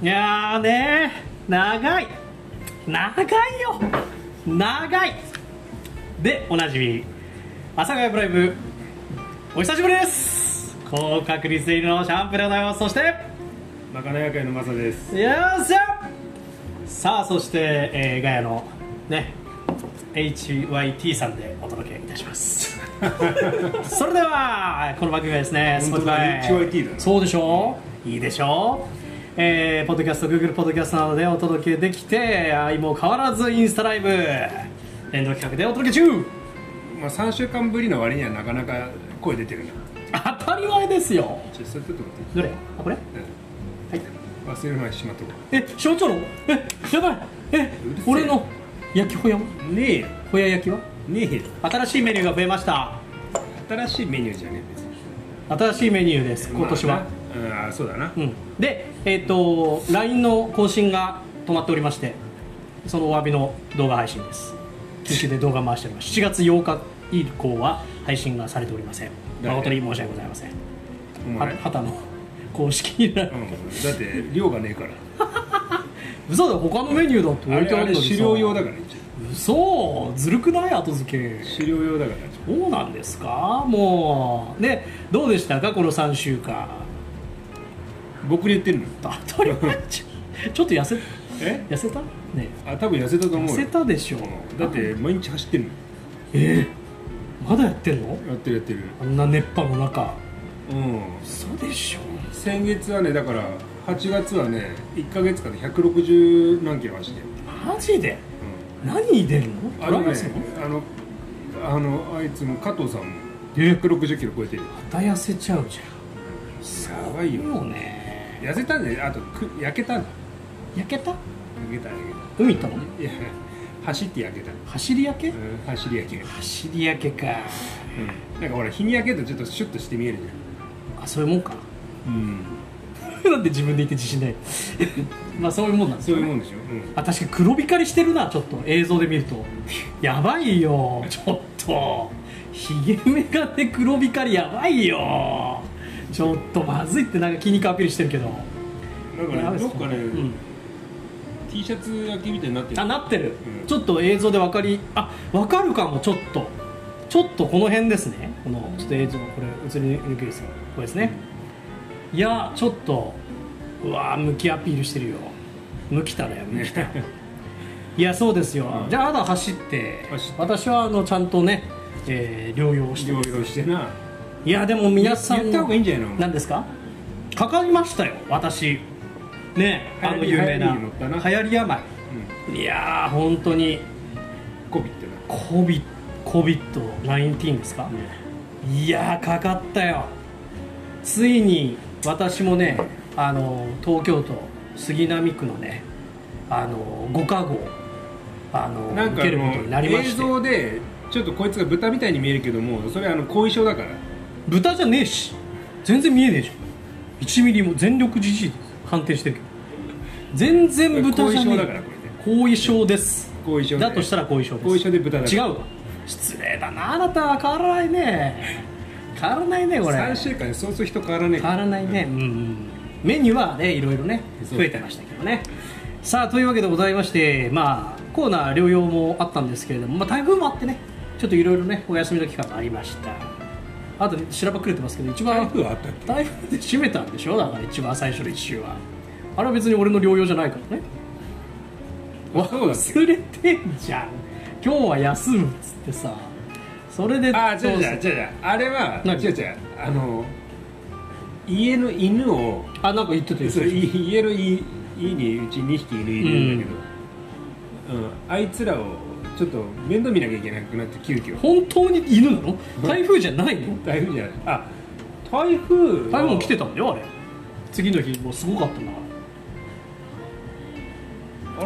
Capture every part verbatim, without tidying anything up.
いやーねー、長い長いよ、長いでおなじみ阿佐ヶ谷プライム、お久しぶりです。高確率入りのシャンプーでございます。そしてまかない会のマサです。 よっしゃ。さあそして、えー、ガヤのね エイチワイティー さんでお届けいたしますそれではこの番組はですね、 本当だ エイチワイティー だな。 そうでしょう、いいでしょう、えー、ポッドキャスト Google ポッドキャストなどでお届けできて、相も変わらずインスタライブ連動企画でお届け中。 まあさんしゅうかんぶりの割にはなかなか声出てるな。 当たり前ですよ。 ちょっとそれちょっと待って。 どれ、あこれ、 うん、はい、忘れる前にしまっとこう。 え、しまっちゃうの、え、やばい、え、俺の焼きほやはねえよ、 ほや焼きはねえよ。 新しいメニューが増えました。 新しいメニューじゃねえ別に。 新しいメニューです、今年は。 まあ、ああそうだな、 うん、で、えっ、ー、と ライン の更新が止まっておりまして、そのお詫びの動画配信です。緊急で動画回しております。しちがつようか以降は配信がされておりません。誠に申し訳ございません。旗の公式になる、 うん、だって量がねえから嘘だよ、他のメニューだって置いてあるのにさ。 資料用だから一応。嘘、ずるくない？後付け資料用だから。 そうなんですか。もうで、どうでしたかこのさんしゅうかん。 僕に言ってるの当たり前ちょっと痩せえ痩せたね。 あ、多分痩せたと思うよ。 痩せたでしょ。 だって毎日走ってるの。 えー、まだやってんの？ やってるやってる。 あんな熱波の中。 うん、 そうでしょ。 先月はね、だからはちがつはねいっかげつかでひゃくろくじゅうなんキロ走ってる。 マジで、うん、何に出るの？ あのね、あのあのあいつも加藤さんもひゃくろくじゅっキロ超えてる。 また痩せちゃうじゃん。 やばいよ。 そうね。 痩せたんで、あとく焼けたんだ。 焼けた？ 焼けた焼けた。 海行ったの？ いや、走って焼けた。 走り焼け？ うん、走り焼け。 走り焼けか。 うん、なんかほら日に焼けるとちょっとシュッとして見えるじゃん。 あ、そういうもんか。 うん。 なんで自分で言って自信ない。まあそういうもんなんですよ、ね。 そういうもんでしょ。うん、 あ、確かに黒光りしてるな、ちょっと映像で見ると。やばいよ、ちょっと。ひげメガネ黒光りやばいよ。ちょっとまずいってなんか筋肉アピールしてるけど。 なんかね、どっかね、うん、T シャツ焼きみたいになってる。 あ、なってる。 うん、 ちょっと映像で分かり、あ、分かるかも、ちょっと。ちょっとこの辺ですね。このちょっと映像、これ映りにくいですよ。これですね。いや、ちょっと、うわー、向きアピールしてるよ。向きたらや、向きた。いや、そうですよ。うん、じゃあ、あと走って、走って私はあのちゃんとね、えー、療養して。 療養してな。 いや、でも皆さん言った方がいいんじゃないの？ 何ですか？かかりましたよ、私。ね、あの有名な流行り病。うん、いやー、本当に。 コビってな。 コビ、コビッドナインティーンですか？うん、いやー、かかったよ。ついに私もね、あの東京都杉並区のね、あのごかごあのなんか受けることになりまして。 映像でちょっとこいつが豚みたいに見えるけども、それはあの後遺症だから。 豚じゃねえし、全然見えねえじゃん。いちミリも全力じじい判定してるけど、全然豚じゃねえ。 後遺症だからこれね。 後遺症です。 後遺症だとしたら後遺症です。 後遺症で豚だから。 違うわ。失礼だな、あなたは。変わらないね。変わらないね、これ。 さんしゅうかんでそうそう人変わらない。 変わらないね。うんうん。メニューはね、いろいろね増えてましたけどね。さあ、というわけでございまして、まあコーナー療養もあったんですけれども、まあ、台風もあってね、ちょっといろいろねお休みの期間がありました。あとしらばっくれてますけど、一番台風はあったっけ？ 台風で閉めたんでしょ。だから一番最初のいっ週はあれは別に俺の療養じゃないからね。忘れてんじゃん。今日は休むっつってさ、それで。 あ、違う違う違う違う、あれは違う違う、あの家の犬を、 あ、なんか言ってたよ。 そう、家の家にうちにひき犬いるんだけど、うん、うん、あいつらをちょっと面倒見なきゃいけなくなって急遽。 本当に犬なの？台風じゃないの？ 台風じゃない。あ、台風台風も来てたんだよ、あれ。次の日もうすごかったんだから。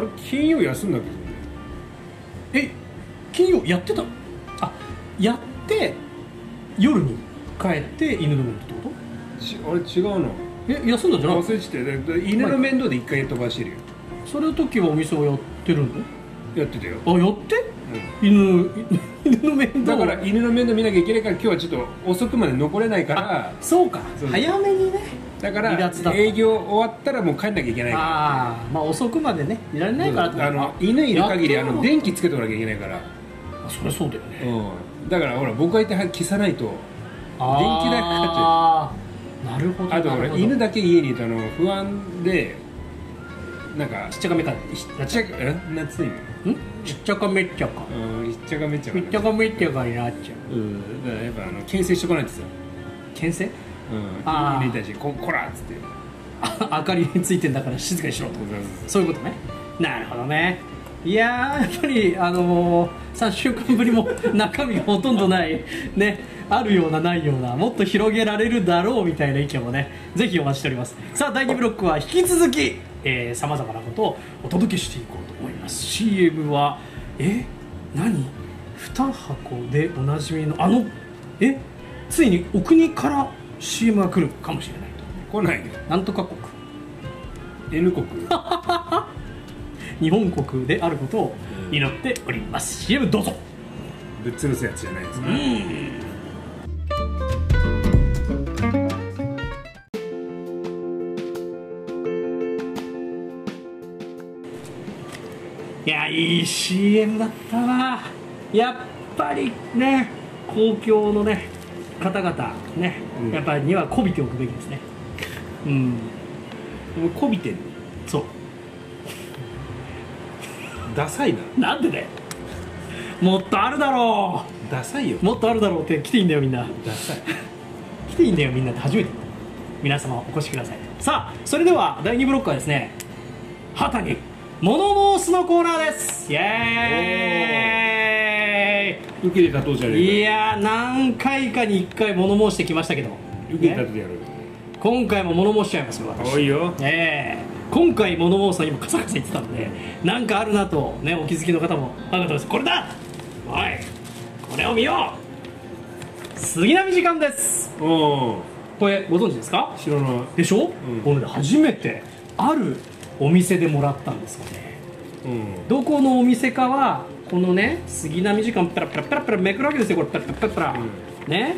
あれ金曜休んだけどね。 え、金曜やってたの？あ、やって夜に帰って犬の面倒ってこと？あれ違うの。 え、休んだんじゃない？ 忘れてて、犬の面倒で一回飛ばしてるよ。 それの時はお店をやってるの？ やってたよ。 あ、やって？うん、犬犬の面倒だから犬の面倒見なきゃいけないから今日はちょっと遅くまで残れないからそうかそう早めにねだから離脱だった営業終わったらもう帰んなきゃいけないからああまあ遅くまでねいられないからってあの犬いる限りあやってるの電気つけとかなきゃいけないから、 あそりゃそうだよねうん、だからほら僕がいて消さないと電気代かかっちゃああなるほどうあとほらなるほど犬だけ家にいるとあの不安でなんかしっちゃかめかひっちゃかえなんつうのんしっちゃかめっちゃかうんひっちゃかめっちゃかしっちゃかめっちゃかになっちゃううんだからやっぱあの牽制しとかないとさ牽制うんあー犬に対してここらっつってあ明かりについてんだから静かにしろとそういうことねなるほどねいやーやっぱりあのー、さんしゅうかんぶりも中身がほとんどないねあるようなないようなもっと広げられるだろうみたいな意見もねぜひお待ちしております。さあだいにブロックは引き続きさまざまなことをお届けしていこうと思います。 シーエム はえ何に箱でおなじみのあのえついにお国から シーエム が来るかもしれない来ないよなんとか国 N 国日本国であることを祈っております。 シーエム どうぞ。 ぶっ潰すやつじゃないですか、 うんいやいい シーエム だったわ。やっぱりね公共のね方々ね、うん、やっぱりにはこびておくべきですね。うんもうこびてんのそうダサいななんでだよもっとあるだろうダサいよもっとあるだろうって来ていいんだよみんなダサい来ていいんだよみんなって初めて皆様お越しください。さあそれではだいにブロックはですね畑に物申すのコーナーです。イエーイ受けて立とうじゃねえか。 いやー何回かにいっかい物申してきましたけど受けて立ててやる、ね、 今回も物申しちゃいますよ私。 多いよ、 えー、今回物申すの今カサカサ言ってたのでなんかあるなと、ね、お気づきの方もあるかと思います。これだおいこれを見よう杉並時間です。 おこれご存知ですか。 知らないでしょ、 うん、 これで初めてあるお店でもらったんですよね、うん、どこのお店かはこのね杉並時間ペラペラペラペラめくるわけですよ。これペラペラペラペラ、うん、ね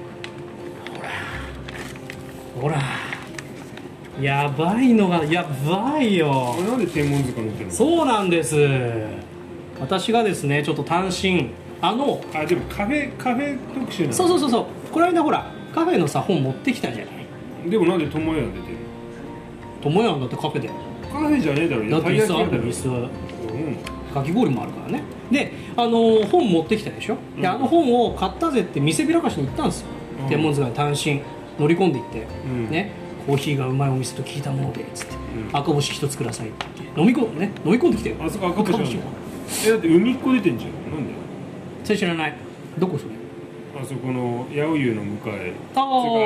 ほらほらやばいのがやばいよ。 これなんで天文図鑑載ってるの。 そうなんです。私がですねちょっと単身あのあでもカフェカフェ特集なの。 そうそうそうそうこの間ほらカフェのさ本持ってきたじゃない。 でもなんで友也出てるの。友也だってカフェでカフェじゃねえだろ。 だって椅子ある椅子は、うん、かき氷もあるからね。であの本持ってきたでしょ、うん、であの本を買ったぜって見せびらかしに行ったんですよ、うん、天文図鑑単身乗り込んでいって、うん、ねコーヒーがうまいお店と聞いたものでつって、うん、赤星一つくださいって飲み込んでね飲み込んできてよ。 あそこ赤星じゃん。えだって海っこ出てんじゃん。なんでそれ知らない。どこそれ。 あそこの八百湯の向かい。 ああ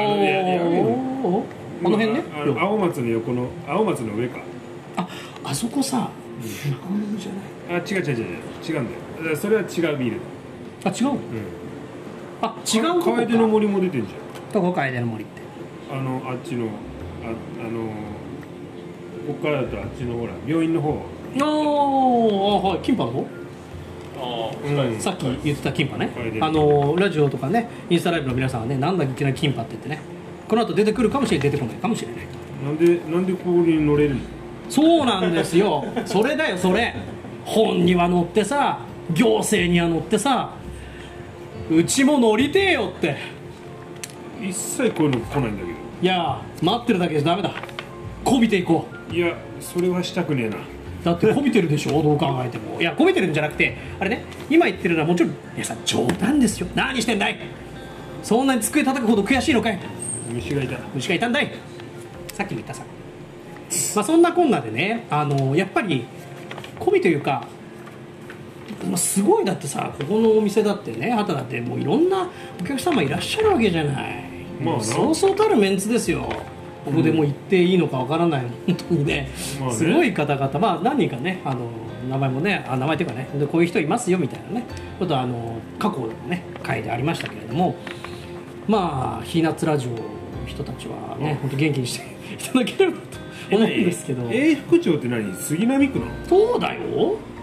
あの辺ね。 あの青松の横の青松の上か。 ああそこさフグじゃない。あ違う違う違う違う違うんだよ。それは違うビル。 あ違う、うん、あ違うとこか。 楓の森も出てんじゃん。 どこ楓の森ってあのあっちのああのここからだとあっちのほら病院の方。 ああはいキンパの方。あうん、さっき言ってたキンパね。あのラジオとかねインスタライブの皆さんはねなんだっけいきなりキンパって言ってねこの後出てくるかもしれない出てこないかもしれない。 なんでなんでここに乗れるの。 そうなんですよそれだよそれ。本には載ってさ行政には載ってさうちも乗りてえよって。 一切こういうの来ないんだけど。 いや待ってるだけじゃダメだ。こびていこう。いやそれはしたくねえな。 だってこびてるでしょどう考えても。いやこびてるんじゃなくてあれね今言ってるのはもちろん皆さん冗談ですよ。何してんだい。そんなに机叩くほど悔しいのかい。 虫がいた虫がいたんだい。さっきも言ったさ。まあそんなこんなでねあのやっぱりこびというか、まあ、すごいだってさここのお店だってねはただってもういろんなお客様いらっしゃるわけじゃない、まあ、そうそうたるメンツですよ。ここでもう言っていいのかわからない、うん、本当にね、まあ、ねすごい方々、まあ、何人かねあの名前もねあ名前というかねでこういう人いますよみたいなねちょっとあの過去のね回でありましたけれどもまあひなつラジオの人たちはね本当元気にしていただければと思うんですけど。 永福町って何杉並区なの。 そうだよ。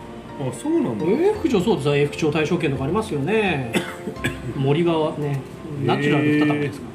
あ、そうなんだ。 永福町、そうです、永福町大賞券とかありますよね森がねナチュラル二玉ですから、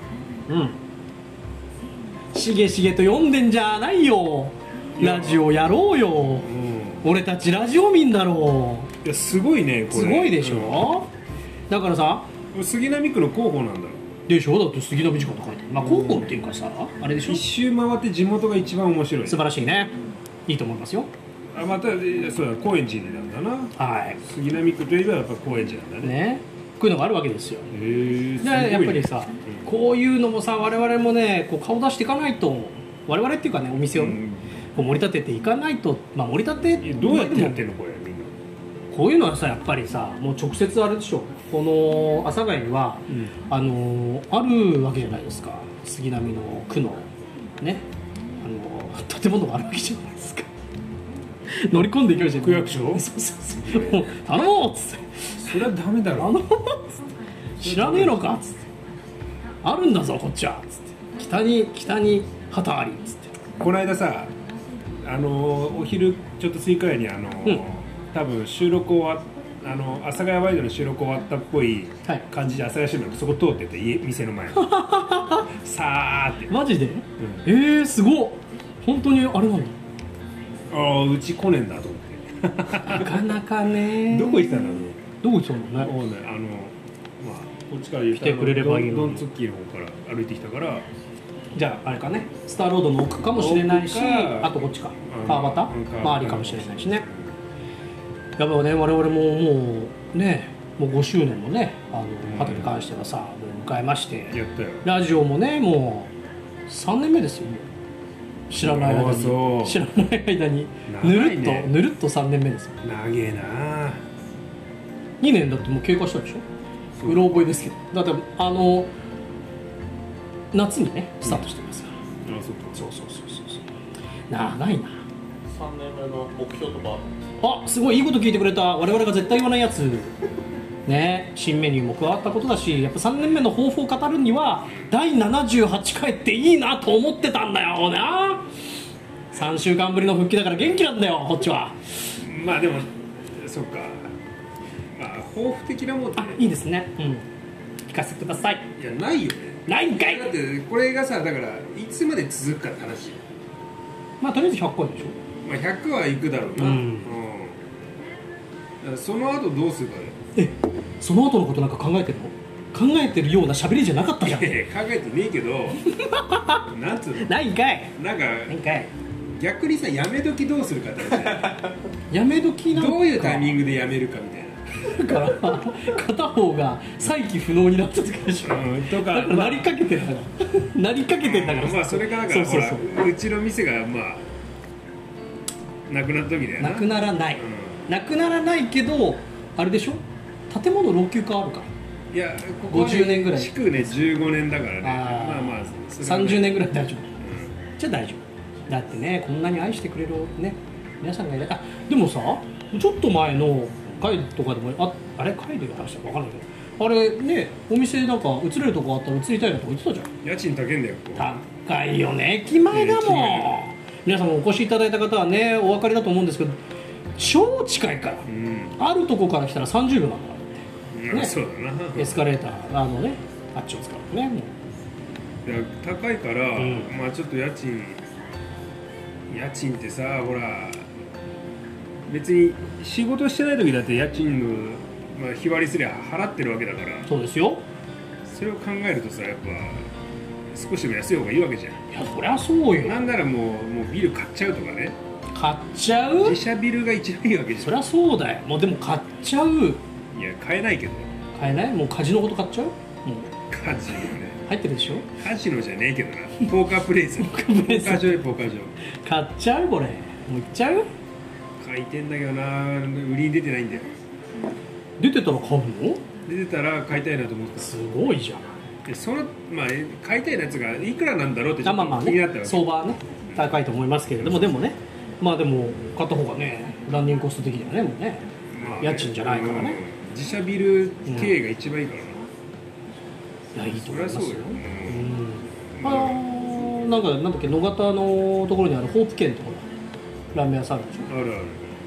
うん、しげしげと読んでんじゃないよ、ラジオやろうよ、 うん、 俺たちラジオ民だろいやすごいねう、 これ。 すごいでしょ、うん、だからさ杉並区の広報なんだろでしょ、だって杉並時間と書いてある、まあ広報っていうかさ、あれでしょ、 一周回って地元が一番面白い。 素晴らしいね、いいと思いますよ。 あ、またそうだ、高円寺なんだな。 はい杉並区といえばやっぱ高円寺なんだね。 ね、こういうのがあるわけですよ。 へえ。 でやっぱりさ、うん、こういうのもさ我々もねこう顔出していかないと、我々っていうかねお店を、うん、こう盛り立てていかないと、まあ盛り立てどうやってやってんのこれみんな。 こういうのはさやっぱりさもう直接あれでしょ、この阿佐ヶ谷には、うん、あのあるわけじゃないですか、杉並の区のねあの建物があるわけじゃないですか乗り込んでいきましたよ、 区役所。 そうそうそう、もう頼もうっつって、 それはダメだろ、 頼もうっつって知らねえのかっつって、あるんだぞこっちはっつって、北に北に旗ありっつって、 この間さあのお昼ちょっと過ぎくらいにあの、うん、多分収録終わあの阿佐ヶ谷ワイドの収録終わったっぽい感じで、はい、阿佐ヶ谷新聞そこ通ってて家店の前さーってマジで、うん、えーすごっ、本当にあれなんだ、 ああうち来ねえんだと思ってなかなかねどこ行ったんだろう、 どこ行ったんだろうね、 あのまあこっちから来てくれればいいのに、 ドンツッキーの方から歩いてきたから、 じゃああれかね、スターロードの奥かもしれないし、あとこっちか川端周りかもしれないしね、やっぱね我々ももうねもうごしゅうねんもねあの畑に関してはさもう迎えまして、 やったよ、 ラジオもねもうさんねんめですよ、もう知らない間に知らない間にぬるっと、ね、ぬるっとさんねんめですよ、 長えな、 にねんだってもう経過したでしょ、うろ覚えですけど、だってあの夏にねスタートしてますから、うん、あ、そっか、そうそうそうそう長いな、 さんねんめの目標とかあるんですか。 あ、すごいいいこと聞いてくれた、我々が絶対言わないやつね、新メニューも加わったことだし、やっぱさんねんめの抱負を語るにはだいななじゅうはちかいっていいなと思ってたんだよな。さんしゅうかんぶりの復帰だから元気なんだよこっちは。 まあでもそっか、まあ抱負的なもんって、 あ、いいですね、うん、聞かせてください。 いやないよね、 ないんかい。 だってこれがさ、だからいつまで続くかって話。 まあとりあえずひゃっかいでしょ。 まあひゃくはいくだろうな、うん、うん、だからその後どうするかね。 え、その後のことなんか考えてるの？考えてるような喋りじゃなかったじゃん。 いやいや考えてねえけどなんつうの、 ないんかい、 なんかないんかい。 逆にさ、やめ時どうするかって話やめ時なんかどういうタイミングでやめるかみたいな。 だから片方が再起不能になった時でしょ、うん、とかだからなりかけてんだから、まあ、なりかけてんだからまあそれがだからほらうちの店がまあなくなった時だよな。 なくならない、うん、なくならないけどあれでしょ、建物老朽化あるから。 いやここは、ね、 ごじゅうねんぐらい、 築ねじゅうごねんだからね。 あまあまあさんじゅうねんぐらい大丈夫、うん、じゃあ大丈夫だってね、こんなに愛してくれるね皆さんがいる。あ、でもさちょっと前の回とかでも あ, あれ回で話したか分かんないけど、あれねお店なんか移れるとこあったら移りたいなとか言ってたじゃん。 家賃高いんだよ。 高いよね、駅前だもん、ね、皆さんもお越しいただいた方はねお分かりだと思うんですけど超近いから、うん、あるとこから来たらさんじゅうびょうなんだからね、 うん、そうだな。 エスカレーターあのねあっちを使うねもう。 いや高いから、うん、まあちょっと家賃家賃ってさほら別に仕事してない時だって家賃の、まあ、日割りすりゃ払ってるわけだから。 そうですよ。 それを考えるとさやっぱ少しでも安い方がいいわけじゃん。 いやそりゃそうよ。 なんならもう、もうビル買っちゃうとかね。 買っちゃう。 自社ビルが一番いいわけじゃん。 そりゃそうだよ。もうでも買っちゃう。いや買えないけど。 買えない。もうカジノごと買っちゃう。もうカジノね入ってるでしょ。 カジノじゃねえけどな。ポーカープレイス。ポーカー場でポーカー場。 買っちゃうこれ。もういっちゃう。 買いてんだけどな、売りに出てないんだよ。 出てたら買うの？ 出てたら買いたいなと思った。 すごいじゃん。 でそのまあ買いたいやつがいくらなんだろうってちょっと気になったわけ。 相場はね高いと思いますけれども、でもねまあでも買った方がねランニングコスト的にはねもうね、まあ、家賃じゃないからね、 うん、自社ビル経営が一番いいからな、うん、いやいいと思いますよ。 そりゃそうよ、 うん、あーなんかなんだっけ野方のところにあるホープ軒ところラーメン屋さんあるでしょ。 あるある。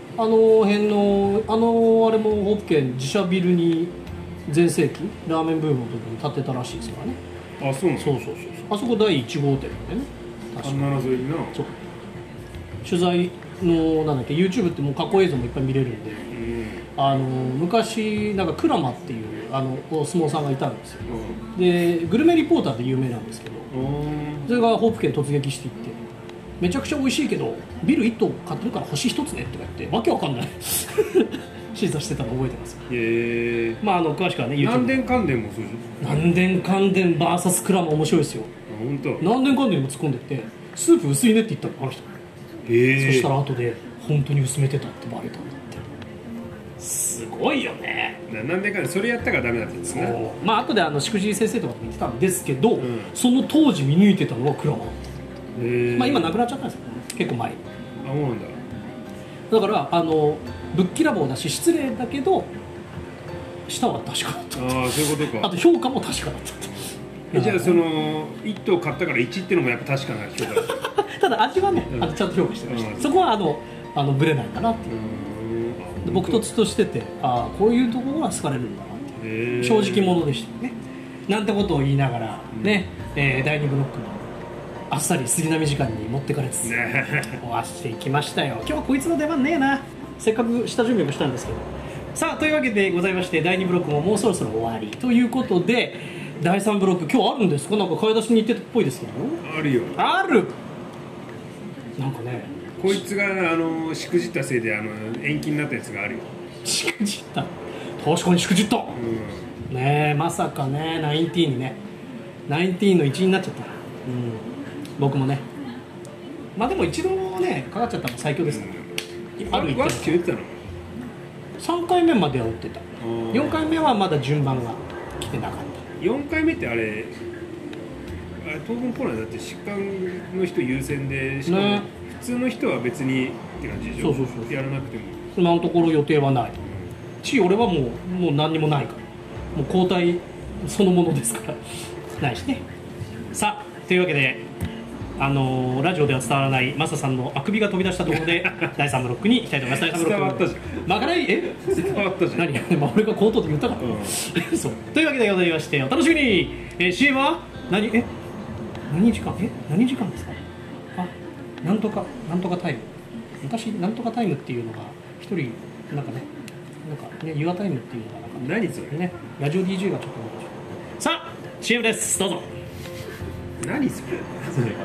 あの辺のあのあれもホープ県自社ビルに全盛期ラーメンブームの時に建てたらしいですからね。 あ、そうなの。 そうそうそうそう、あそこだいいち号店なんでね。確かあんなの沿いにな。 そう、取材のなんだっけ YouTube ってもう過去映像もいっぱい見れるんで、 うん、 あの昔なんかクラマっていうあのお相撲さんがいたんですよ、うん、でグルメリポーターで有名なんですけど、それがホープ県突撃していって、めちゃくちゃ美味しいけどビルいっ棟買ってるから星ひとつねとか言ってわけわかんない審査してたの覚えてます。 へえ。 まああの詳しくはね YouTube。 南電関電もそうじゃん。南電関電 ブイエス クラマ面白いですよ。 あ、本当。 南電関電にも突っ込んでってスープ薄いねって言ったのあの人。 へえ。 そしたら後で本当に薄めてたってバレたんだって。すごいよね。 なんでかそれやったからダメだったんですね。 まあ後であのしくじり先生とかも言ってたんですけど、うん、その当時見抜いてたのはクラマだった。まあ今なくなっちゃったんですよ、結構前に。 あ、そうなんだ。 だからあのぶっきらぼうだし失礼だけど舌は確かだった。 ああ、そういうことか。 あと評価も確かだった。 え、じゃあそのいっ棟買ったからいちっていうのもやっぱ確かな評価だったただ味はね、うん、あのちゃんと評価してました、うん、そこはあのあのブレないかなっていう。で僕とつとしてて、ああこういうところが好かれるんだなっていう正直者でしたよね。なんてことを言いながらね、うん、えー、だいにブロックのあっさり杉並時間に持ってかれつつ終わしていきましたよ。今日はこいつの出番ねえな。せっかく下準備もしたんですけど。さあというわけでございまして、だいにブロックももうそろそろ終わりということで、だいさんブロック今日あるんですか？なんか買い出しに行ってたっぽいですけど。 あるよ。ある。なんかね、 こいつがあのしくじったせいであの延期になったやつがあるよ。 しくじった。確かにしくじった、うん、ねえ、まさかねナインティーンにねナインティーンの一員になっちゃった。うん、僕もね、まあでも一度ねかかっちゃったの最強ですから、うん、ある一定のさんかいめまでは打ってた。よんかいめはまだ順番が来てなかった。 よんかいめってあれあれ当分来ない。だって疾患の人優先で、しかも、ね、普通の人は別にって感じでしょ。そうそうそう、やらなくても今のところ予定はない、うん、し俺はもうもう何にもないから、もう交代そのものですからないしね。さあというわけで、あのー、ラジオでは伝わらないマサさんのあくびが飛び出したところでだいさんブロックに行きたいと思います。だいさんブロック伝わったじゃん。 まかないえ伝わったじゃん。 何、まあ、俺が口頭で言ったから、うん、そうというわけでございまして、お楽しみに。えー、シーエム は何え何時間え何時間ですか？あ、なんとかなんとかタイム。昔なんとかタイムっていうのが一人なんかねなんかねユアタイムっていうのがなんか、 ね、何それねラジオ ディージェー がちょっと面白い。さあ シーエム ですどうぞ。 何それそれ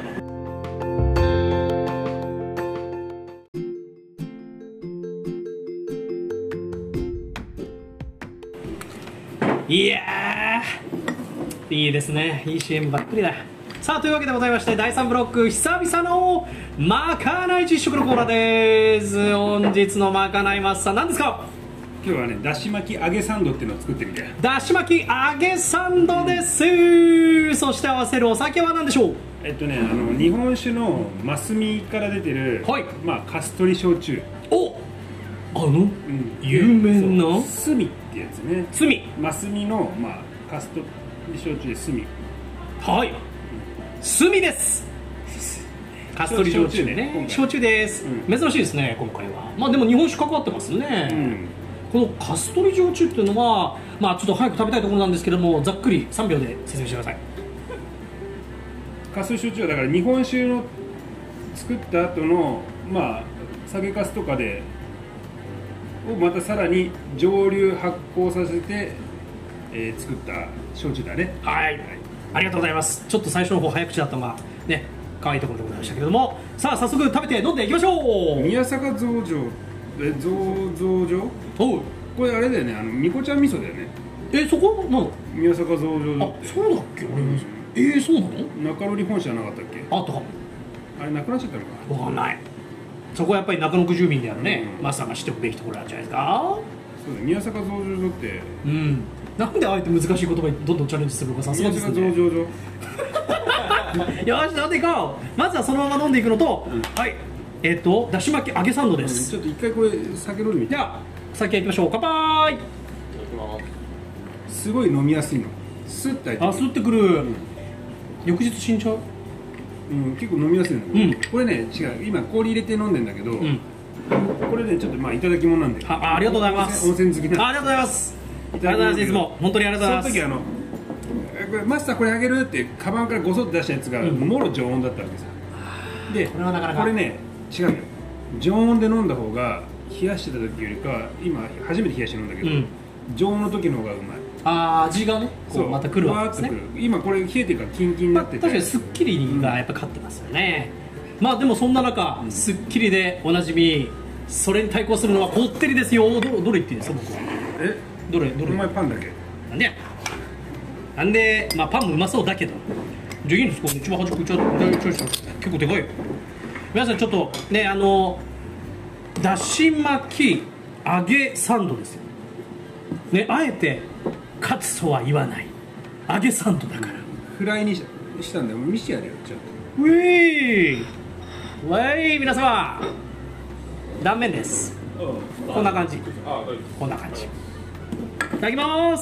いやーいいですね、いい シーエム ばっかりだ。さあというわけでございまして、だいさんブロック久々のまかない実食のコーナーです。本日のまかないマスター何ですか？ 今日はね、だし巻き揚げサンドっていうのを作ってみて。 だし巻き揚げサンドです、うん、そして合わせるお酒は何でしょう？ えっとね、あの日本酒のマスミから出てる、はい、まあカストリ焼酎。 おあの、うん、有名なスミってやつね。 スミマスミの、まあ、カストリ焼酎でスミ。 はい、スミです。カストリ焼酎ね、焼酎です、うん、珍しいですね今回は。まあでも日本酒関わってますね、うん、このカストリ焼酎っていうのは、まあちょっと早く食べたいところなんですけども、ざっくりさんびょうで説明してください。 カストリ焼酎はだから日本酒の作った後のまあ酒粕とかでをまたさらに蒸留発酵させて、えー、作った焼酎だね。 はい、はい、ありがとうございます。ちょっと最初の方早口だったのがね可愛いところでございましたけれども、さあ早速食べて飲んでいきましょう。 宮坂増上え増増上おうこれあれだよね、あのみこちゃん味噌だよね。 えそこなの？ 宮坂増上あそうだっけ、俺、うん、えー、そうなの？ 中野日本社なかったっけ？ あったかも。 あれなくなっちゃったのかわかんない。そこはやっぱり中野区住民であるね、うん、マスターが知っておくべきところなんじゃないですか。 そうだ、宮坂増上所ってうんなんであえて難しい言葉にどんどんチャレンジするのかさすがですね。 宮坂増上所よし飲んでいこう。まずはそのまま飲んでいくのと、うん、はいえっ、ー、とだし巻き揚げサンドです、 うん、ちょっと一回これ酒飲んでみて。 じゃあ酒いきましょう。乾杯。いただきます。すごい飲みやすいの。スッて入ってくる。 あスッてくる、うん、翌日死んじゃう。 うん、結構飲みやすいの、うん、これね違う、今氷入れて飲んでんだけど、うん、 これねちょっとまあいただき物なんで。 あ、ありがとうございます。 温泉好きなんで。 ありがとうございます。ありがとうございます。いつも本当にありがとうございます。 その時あのこれマスターこれあげるってカバンからごそっと出したやつが、うん、もろ常温だったわけですよ。でこれはなかなかこれね違うのよ。常温で飲んだ方が冷やしてた時よりか今初めて冷やして飲んだけど、うん、常温の時の方がうまい。 ああ味がねこうまたくるわけですね。 今これ冷えてるからキンキンになってて、 まあ、確かにスッキリがやっぱ勝ってますよね、うん、まあでもそんな中、うん、スッキリでおなじみそれに対抗するのはこってりですよ。どどれ言っていいですか僕は。 えどれどれ。 お前パンだけなんでやなんでまあパンもうまそうだけどじゃあいいんですか。一番端っこいっちゃう。結構でかいよ。皆さんちょっとねあのだし巻き揚げサンドですよね。あえてカツとは言わない揚げサンドだからフライにしたんだよ。見せてやるよちょっと。ウィーウェイ皆様断面です。こんな感じこんな感じ。いただきます。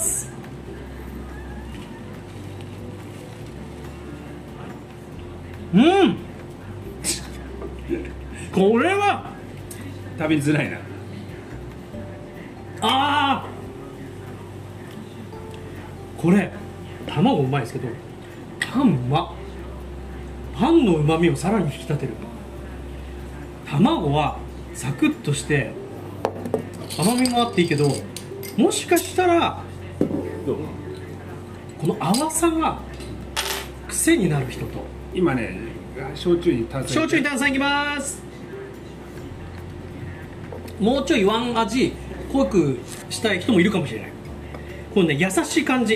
うんこれは食べづらいな。 あーこれ卵うまいですけどパンうまパンのうまみをさらに引き立てる。卵はサクッとして甘みもあっていいけどもしかしたらこの淡さが癖になる人と。 今ね焼酎に炭酸焼酎に炭酸いきます。もうちょいワン味濃くしたい人もいるかもしれない。このね優しい感じ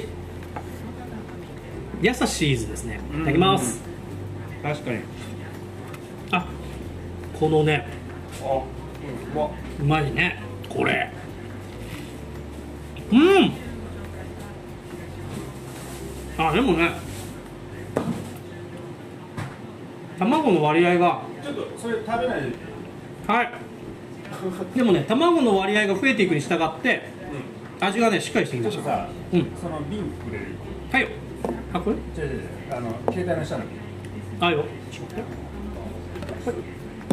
優しいーズですね。いただきます。 確かにあこのねあうまうまいねこれ。うんあでもね卵の割合がちょっとそれ食べないで。 はいでもね卵の割合が増えていくに従って、うん、味がねしっかりしてきました。 さ、うん、その瓶くれる。 はいよ。あこれ違う違う違うあの携帯の下の瓶。 あよちょっと待って、はい、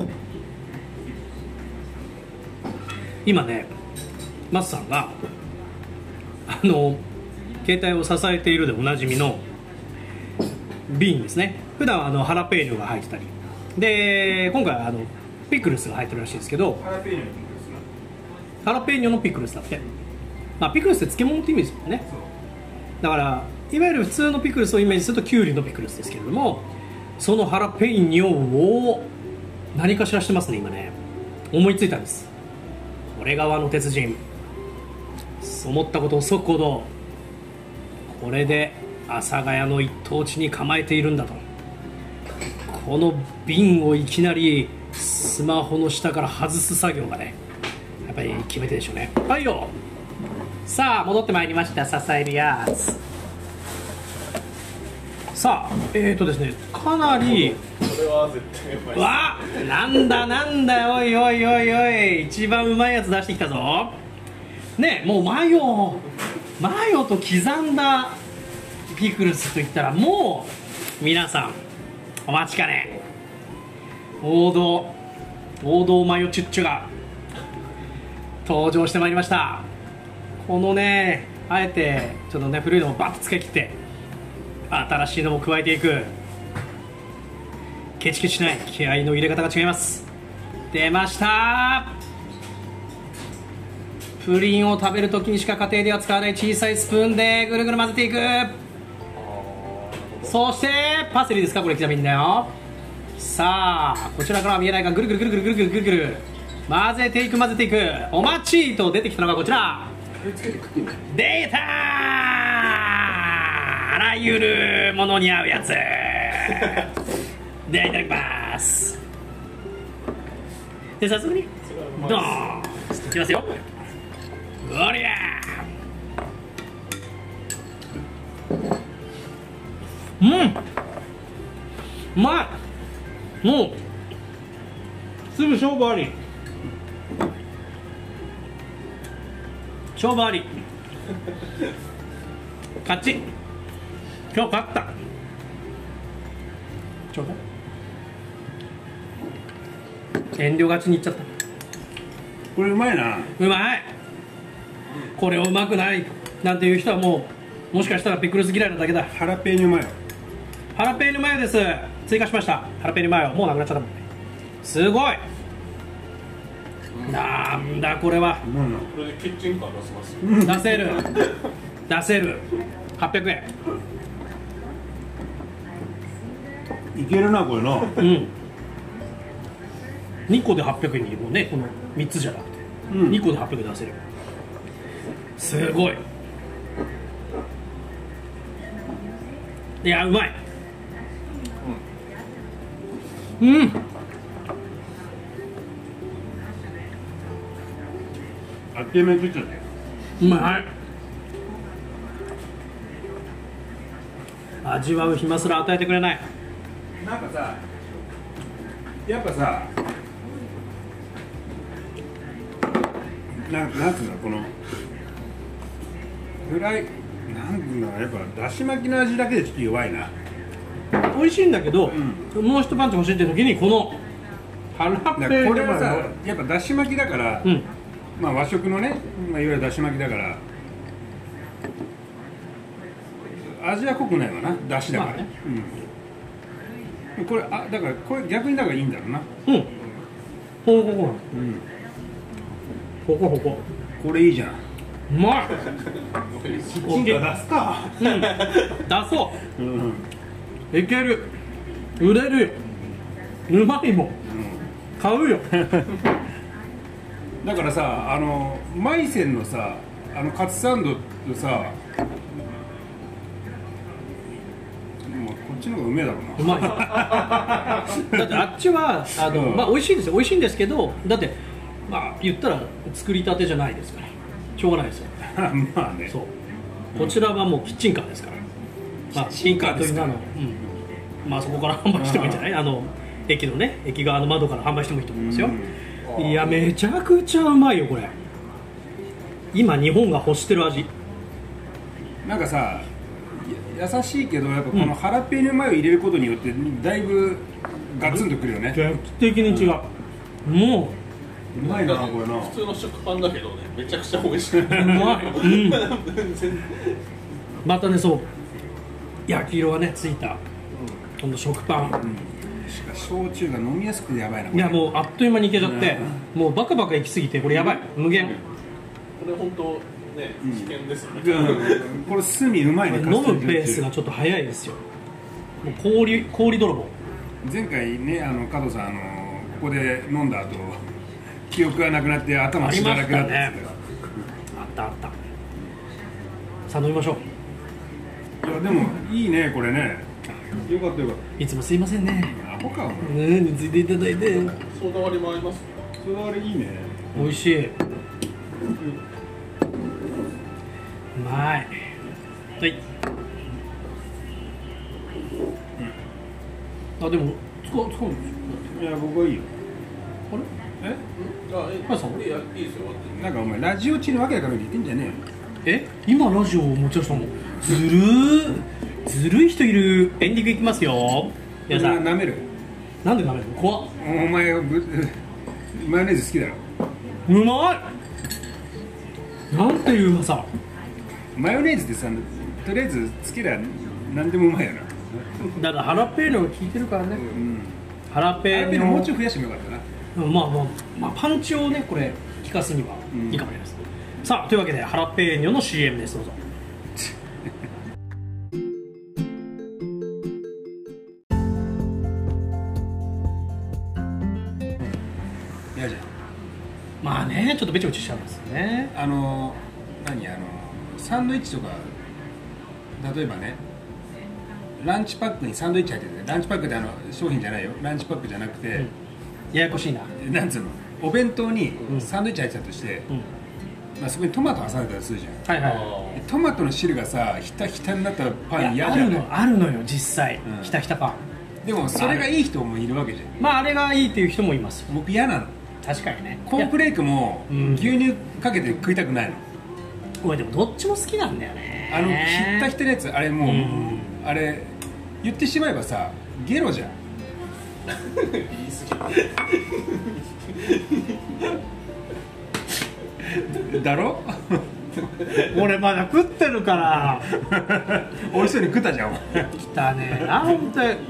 今ねマスさんがあの携帯を支えているでおなじみの瓶ですね。普段はあのハラペーニョが入ってたりで今回はあのピクルスが入ってるらしいですけどハラペーニョのピクルスハラペーニョのピクルスだって、まあ、ピクルスって漬物って意味ですもんね。だからいわゆる普通のピクルスをイメージするとキュウリのピクルスですけれどもそのハラペーニョを何かしらしてますね今ね。思いついたんです。これが和の鉄人。思ったことを即行動。これで阿佐ヶ谷の一等地に構えているんだと。この瓶をいきなりスマホの下から外す作業がねやっぱり決め手でしょうね。はいよ。さあ戻ってまいりました支えるやつ。さあえーとですねかなりそれは絶対うまい。 わなんだなんだおいおいおいおい一番うまいやつ出してきたぞ。ねもうマヨマヨと刻んだピクルスといったらもう皆さんお待ちかね王道王道マヨチュッチュが登場してまいりました。このねあえてちょっとね古いのもバッと使い切って新しいのも加えていくケチケチしない気合いの入れ方が違います。出ましたプリンを食べるときにしか家庭では使わない小さいスプーンでぐるぐる混ぜていく。そしてパセリですかこれ刻みんだよ。さあこちらからは見えないがぐるぐるぐるぐるぐるぐるぐるぐる混ぜていく混ぜていく。お待ちと出てきたのがこちらデータあらゆるものに合うやつではいただきます。で早速にドーンいきますよ。おりゃうんうまい。もうすぐ勝負あり勝負あり勝ち今日勝ったちょうだい遠慮がちにいっちゃったこれうまいな。 うまい。これをうまくないなんていう人はもうもしかしたらピクルス嫌いなだけだ。 ハラペーニョマヨ。 ハラペーニョマヨです。追加しました。ハラペーニョマヨもうなくなっちゃったもんね。すごい。なんだこれは。 これでキッチンカー出せます。 出せる出せる。はっぴゃくえんいけるなこれな。 うん。にこではっぴゃくえんにもうね、このみっつじゃなくて、うん、にこではっぴゃくえん出せる。すごい。いやうまい。うん、うん、 あっという間に食っちゃって。 うまい。味わう暇すら与えてくれない。 なんかさ、やっぱさ、なんなんつうの、このフライ、なんつうの、やっぱだし巻きの味だけでちょっと弱いな。 美味しいんだけど、うん、もう一パンチ欲しいって時にこのハラペーニョこれはさ、やっぱだし巻きだから、うん、まあ和食のね、まあ、いわゆるだし巻きだから味は濃くないわな、だしだから、まあね、うん、これあだからこれ逆にだからいいんだろうな。 うん。ほうほうほう。うん。ほこほこ。 これいいじゃん。 うまい。 キッチンカー出すか。 うん。出そう。うん。いける。売れるよ。うまいもん。うん、買うよ。 だからさ、あのマイセンのさ、あのカツサンドとさ。こっちの方がうめえだろうな。 うまい。だってあっちはあの、うん、まあ美味しいですよ。美味しいんですけど、だってまあ言ったら作りたてじゃないですから。しょうがないですよ。 まあね。 そう。こちらはもうキッチンカーですから。まあキッチンカーという名の、うん、まあそこから販売してもいいんじゃない？あの駅のね、駅側の窓から販売してもいいと思いますよ。いやめちゃくちゃうまいよこれ。今日本が欲してる味。 なんかさ。優しいけどやっぱこのハラペーニョマヨ入れることによってだいぶガツンとくるよね。 劇的に違う、うん、もううまいなこれな。 普通の食パンだけどね、めちゃくちゃ美味しい。うまい、 うん、またね、そう焼き色がねついた、うん、この食パン、うん、 しかし焼酎が飲みやすくてやばいな。 いやもうあっという間にいけちゃって、うん、もうバカバカいきすぎてこれやばい、無限。 これ本当ね、危険ですよね。 うん、これ炭うまいね。 飲むペースがちょっと早いですよ。もう氷氷泥棒。 前回ね、あの加藤さん、あのここで飲んだ後記憶がなくなって頭しばらくなって、ね、 あったあった。さあ飲みましょう。いやでもいいねこれね。よかったよかった。 いつもすいませんね。 アホか。 ねについていただいて。 ソーダ割りもあります。 ソーダ割りいいね。 美味しい。うんうまい。はい。うん、あでも使う使うんですよ。 いや僕はいいよ。 あれ？え？ あえはいさん。 いやいいですよ。 なんかお前ラジオ中にわけわかんないって言ってんじゃねえよ。え？今ラジオを持ち出したの？ずるーずるい人いる。エンディングいきますよ。 皆さん。舐める？ なんで舐めるの？怖っ。 お前マヨネーズ好きだろ。 うまい。なんていううまさ。 マヨネーズってさ、とりあえずつけりゃ何でもうまいよな。 だからハラペーニョが効いてるからね、うん、ハラペーニョもうちょい増やしてもよかったな。 まあまあ、まあ、パンチをねこれ効かすにはいいかもしれないです、うん、さあというわけでハラペーニョの シーエム です。どうぞ。 嫌じゃん。 まあねちょっとべちゃべちゃしちゃうんですよね。 あの何あのサンドイッチとか例えばねランチパックにサンドイッチ入ってて、ランチパックってあの商品じゃないよ、ランチパックじゃなくて、うん、 ややこしいな。 なんつうのお弁当にサンドイッチ入ってたとして、うんまあ、そこにトマト挟んでたりするじゃん、はいはい、トマトの汁がさひたひたになったパン嫌じゃん。 あるのあるのよ実際、うん、ひたひたパン。 でもそれがいい人もいるわけじゃん。 まああれがいいっていう人もいますよ。 僕嫌なの。 確かにね。 コーンフレークも牛乳かけて食いたくないの。 俺でもどっちも好きなんだよね。 あのひったひたのやつあれもう、うん、あれ言ってしまえばさゲロじゃん。言い過ぎ。 だろ俺まだ食ってるから美味しそうに食ったじゃん。 来たねえな本当に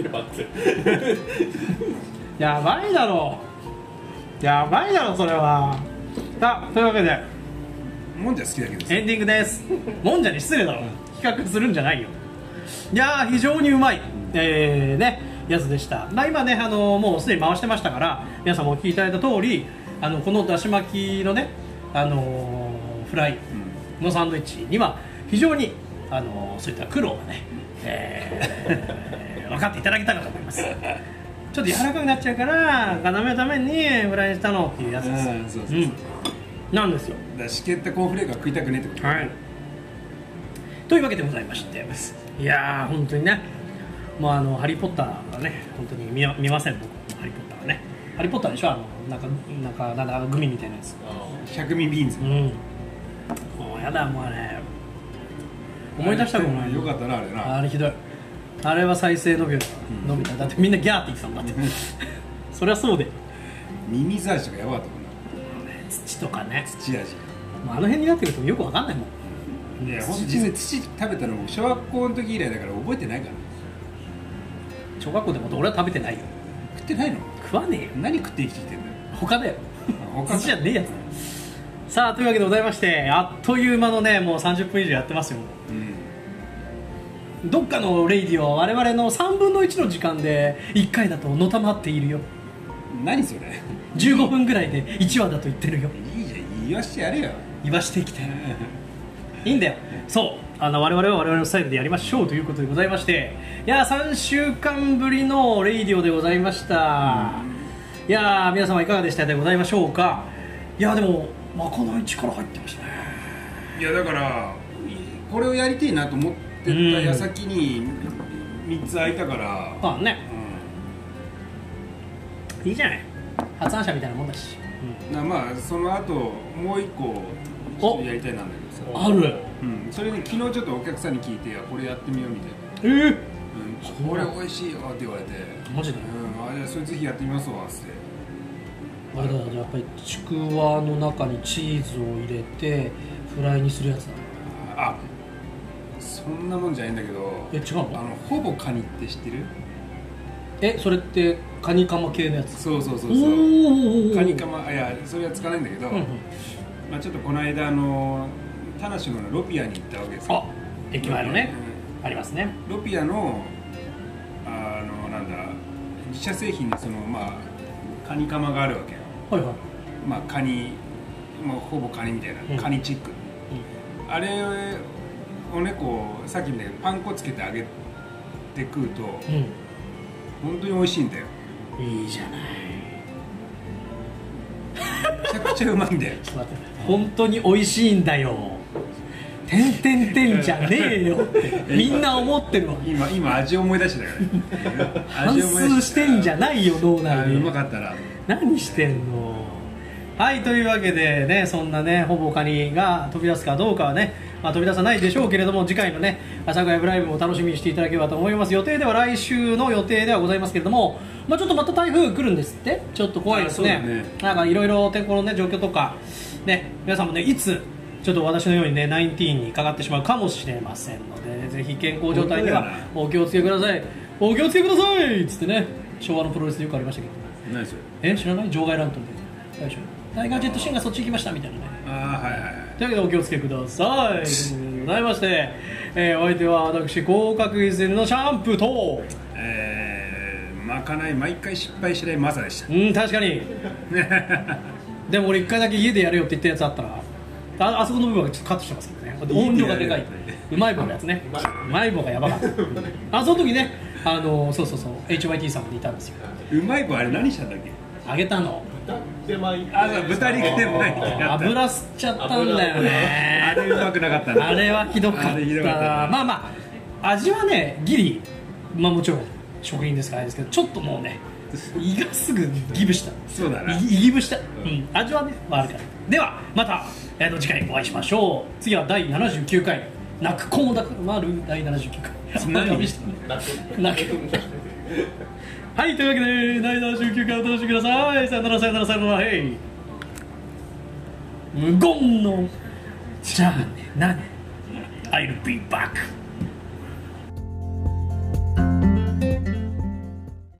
やばいだろやばいだろそれは。さあというわけでもんじゃ好きだけどエンディングです。もんじゃに失礼だろ、比較するんじゃないよ。いやー非常にうまい、えー、ねやつでした。まあ、今ね、あのー、もうすでに回してましたから皆さんもお聞きいただいた通り、あのこのだし巻きのね、あのー、フライのサンドイッチには非常に、あのー、そういった苦労がね、えー、分かっていただけたかと思います。ちょっと柔らかくなっちゃうから固めるためにフライしたのっていうやつです。 うんそうそうそう、 うんなんですよ。 だしけったコーンフレークは食いたくねえってこと。 はい。というわけでございまして、いやー本当にね、もうあのハリーポッターはね本当に見見ません僕ハリーポッターはね。ハリーポッターでしょ、あのなんかなんかなんだグミみたいなやつ。 百味ビーンズ。 うん。もうやだもうね。思い出したくもない。 よかったなあれな。 あれひどい。あれは再生伸びる伸びた。だってみんなギャーって言ってたんだって。そりゃそうで。 ミミズ味とかやばかったもんな。 土とかね。 土味。 あの辺になってるとよくわかんないもん。 いや本当実際土食べたのも小学校の時以来だから覚えてないから。 小学校でも俺は食べてないよ。 食ってないの？ 食わねえよ。 何食って生きてきてんだよ。 他だよ。 他土じゃねえやつだよ。さあというわけでございまして、あっという間のねもうさんじゅっぷん以上やってますよ。うん、どっかのレイディオは我々のさんぶんのいちの時間でいっかいだとのたまっているよ。 何それ？ じゅうごふんぐらいでいちわだと言ってるよ。 いいじゃん、言わしてやれよ。 言わしてきていいんだよ。そうあの我々は我々のスタイルでやりましょうということでございまして、いやさんしゅうかんぶりのレイディオでございました。うん、いや皆様いかがでしたでございましょうか。いやでもまかない力入ってましたね。 いやだからこれをやりたいなと思ってた矢先にみっつ空いたから、 まあね、うん、いいじゃない、発案者みたいなもんだし、 うん、なまあその後もう一個やりたいなんだけどさある、 うん、それで、ね、昨日ちょっとお客さんに聞いてこれやってみようみたいな。えーうん、これ美味しいよって言われて、 マジで、 うん、あじゃあそれぜひやってみますわって。 あれだ、やっぱりちくわの中にチーズを入れてフライにするやつだ。 あ、そんなもんじゃないんだけど。 え、違うの？ あのほぼカニって知ってる？ え、それってカニカマ系のやつ？ そうそうそうそう。カニカマ、いやそれは使わないんだけど、うんうん、まあちょっとこの間あの田無のロピアに行ったわけですよ。あ、 駅前のね、うん、ありますね。 ロピアのあのなんだ自社製品にそのまあカニカマがあるわけよ。はいはい、まあカニ、まあ、ほぼカニみたいな、うん、カニチック、うん、あれをねこうさっきみたいにパン粉つけて揚げて食うと、うん、本当に美味しいんだよ。 いいじゃない。 めちゃくちゃうまいんだよ。 ちょっと待って、本当に美味しいんだよ。てんてんてんじゃねえよってみんな思ってるわ。 今今味思い出してたから反芻してんじゃないよ脳内で。 うまかったら何してんの。はい、というわけでね、そんなねほぼカニが飛び出すかどうかはね、まあ、飛び出さないでしょうけれども、次回のね阿佐ヶ谷ブライブも楽しみにしていただければと思います。予定では来週の予定ではございますけれども、まあ、ちょっとまた台風来るんですって。ちょっと怖いですね。ね、なんかいろいろ天候のね状況とかね、皆さんもねいつちょっと私のようにねナインティーンにかかってしまうかもしれませんので、ぜひ健康状態にはお気をつけください。お気をつけくださいっつってね、昭和のプロレスでよくありましたけど。 何それ？ え、知らない？場外乱闘で最初タイガージェットシンがそっち行きましたみたいなね。 ああはいはいはい。 というわけでお気をつけください。ということでございまして、えー、お相手は私合格実践のシャンプーと、 えー、まかない毎回失敗しないマサでした。 うん、確かにでも俺一回だけ家でやるよって言ったやつあったら、あ, あそこの部分はちょっとカットしてますけどね。音量がでかい。うまい棒のやつね。うまい棒がやばかった。あ、その時ね、あのそうそうそう エイチワイティー さんもいたんですよ。 うまい棒あれ何したんだっけ？ あげたの。 あ、豚肉でまい。 油吸っちゃったんだよね。 あれうまくなかったね。 あれはひどかった。まあまあ味はねギリ、まあもちろん食品ですからあれですけど、ちょっともうね胃がすぐギブした。 そうだな。 胃ギブした。うん。味はね悪くない。ではまた、えー、と次回お会いしましょう。次はだいななじゅうきゅうかい泣く子もだからるだいななじゅうきゅうかい。 何泣くはい、というわけでだいななじゅうきゅうかいお楽しみください。さよならさよならさよなら。へい。 無言のじゃあね何 I'll be back